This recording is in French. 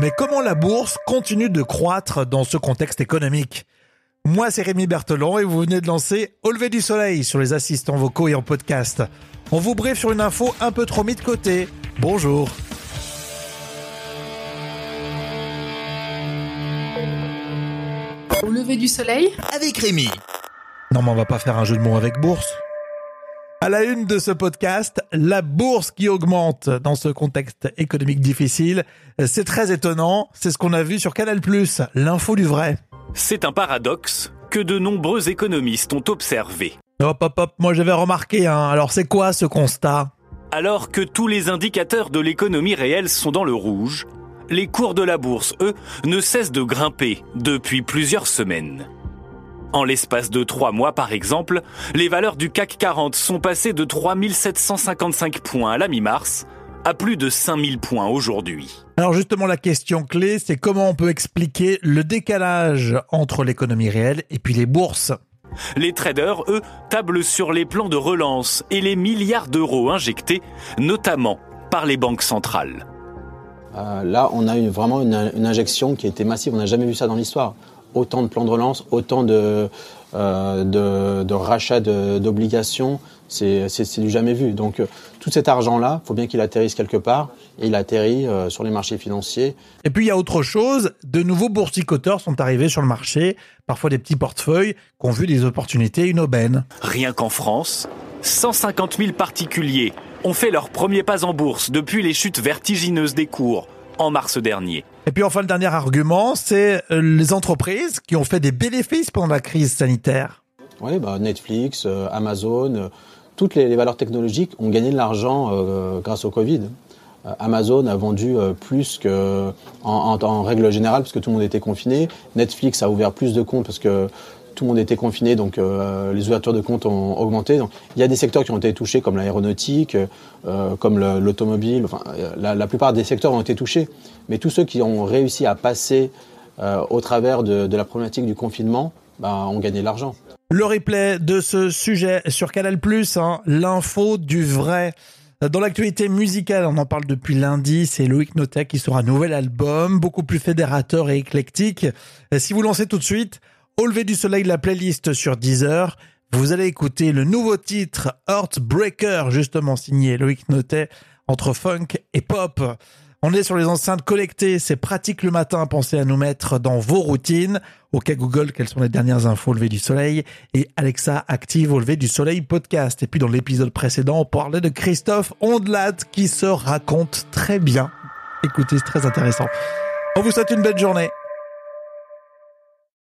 Mais comment la bourse continue de croître dans ce contexte économique ? Moi, c'est Rémi Berthelon et vous venez de lancer Au lever du soleil sur les assistants vocaux et en podcast. On vous briefe sur une info un peu trop mise de côté. Bonjour. Au lever du soleil avec Rémi. Non, mais on va pas faire un jeu de mots avec bourse. À la une de ce podcast, la bourse qui augmente dans ce contexte économique difficile. C'est très étonnant, c'est ce qu'on a vu sur Canal+, l'info du vrai. C'est un paradoxe que de nombreux économistes ont observé. Hop, moi j'avais remarqué, alors c'est quoi ce constat ? Alors que tous les indicateurs de l'économie réelle sont dans le rouge, les cours de la bourse, eux, ne cessent de grimper depuis plusieurs semaines. En l'espace de 3 mois, par exemple, les valeurs du CAC 40 sont passées de 3 755 points à la mi-mars à plus de 5 000 points aujourd'hui. Alors justement, la question clé, c'est comment on peut expliquer le décalage entre l'économie réelle et puis les bourses ? Les traders, eux, tablent sur les plans de relance et les milliards d'euros injectés, notamment par les banques centrales. Là, on a eu vraiment une injection qui a été massive. On n'a jamais vu ça dans l'histoire. Autant de plans de relance, autant de rachats d'obligations, c'est du jamais vu. Donc tout cet argent-là, il faut bien qu'il atterrisse quelque part, et il atterrit sur les marchés financiers. Et puis il y a autre chose, de nouveaux boursicoteurs sont arrivés sur le marché, parfois des petits portefeuilles qui ont vu des opportunités, une aubaine. Rien qu'en France, 150 000 particuliers ont fait leur premier pas en bourse depuis les chutes vertigineuses des cours en mars dernier. Et puis enfin, le dernier argument, c'est les entreprises qui ont fait des bénéfices pendant la crise sanitaire. Oui, Netflix, Amazon, toutes les valeurs technologiques ont gagné de l'argent grâce au Covid. Amazon a vendu plus en règle générale parce que tout le monde était confiné. Netflix a ouvert plus de comptes parce que tout le monde était confiné, donc les ouvertures de comptes ont augmenté. Donc, il y a des secteurs qui ont été touchés, comme l'aéronautique, comme l'automobile. Enfin, la plupart des secteurs ont été touchés. Mais tous ceux qui ont réussi à passer au travers de la problématique du confinement ont gagné de l'argent. Le replay de ce sujet sur Canal+, l'info du vrai. Dans l'actualité musicale, on en parle depuis lundi, c'est Loïc Notet qui sort un nouvel album, beaucoup plus fédérateur et éclectique. Si vous lancez tout de suite Au lever du soleil, la playlist sur Deezer, vous allez écouter le nouveau titre Heartbreaker, justement signé Loïc Notet, entre funk et pop. On est sur les enceintes connectées, c'est pratique le matin, pensez à nous mettre dans vos routines. OK Google, quelles sont les dernières infos au lever du soleil ? Et Alexa active au lever du soleil podcast. Et puis dans l'épisode précédent, on parlait de Christophe Ondelat qui se raconte très bien. Écoutez, c'est très intéressant. On vous souhaite une belle journée.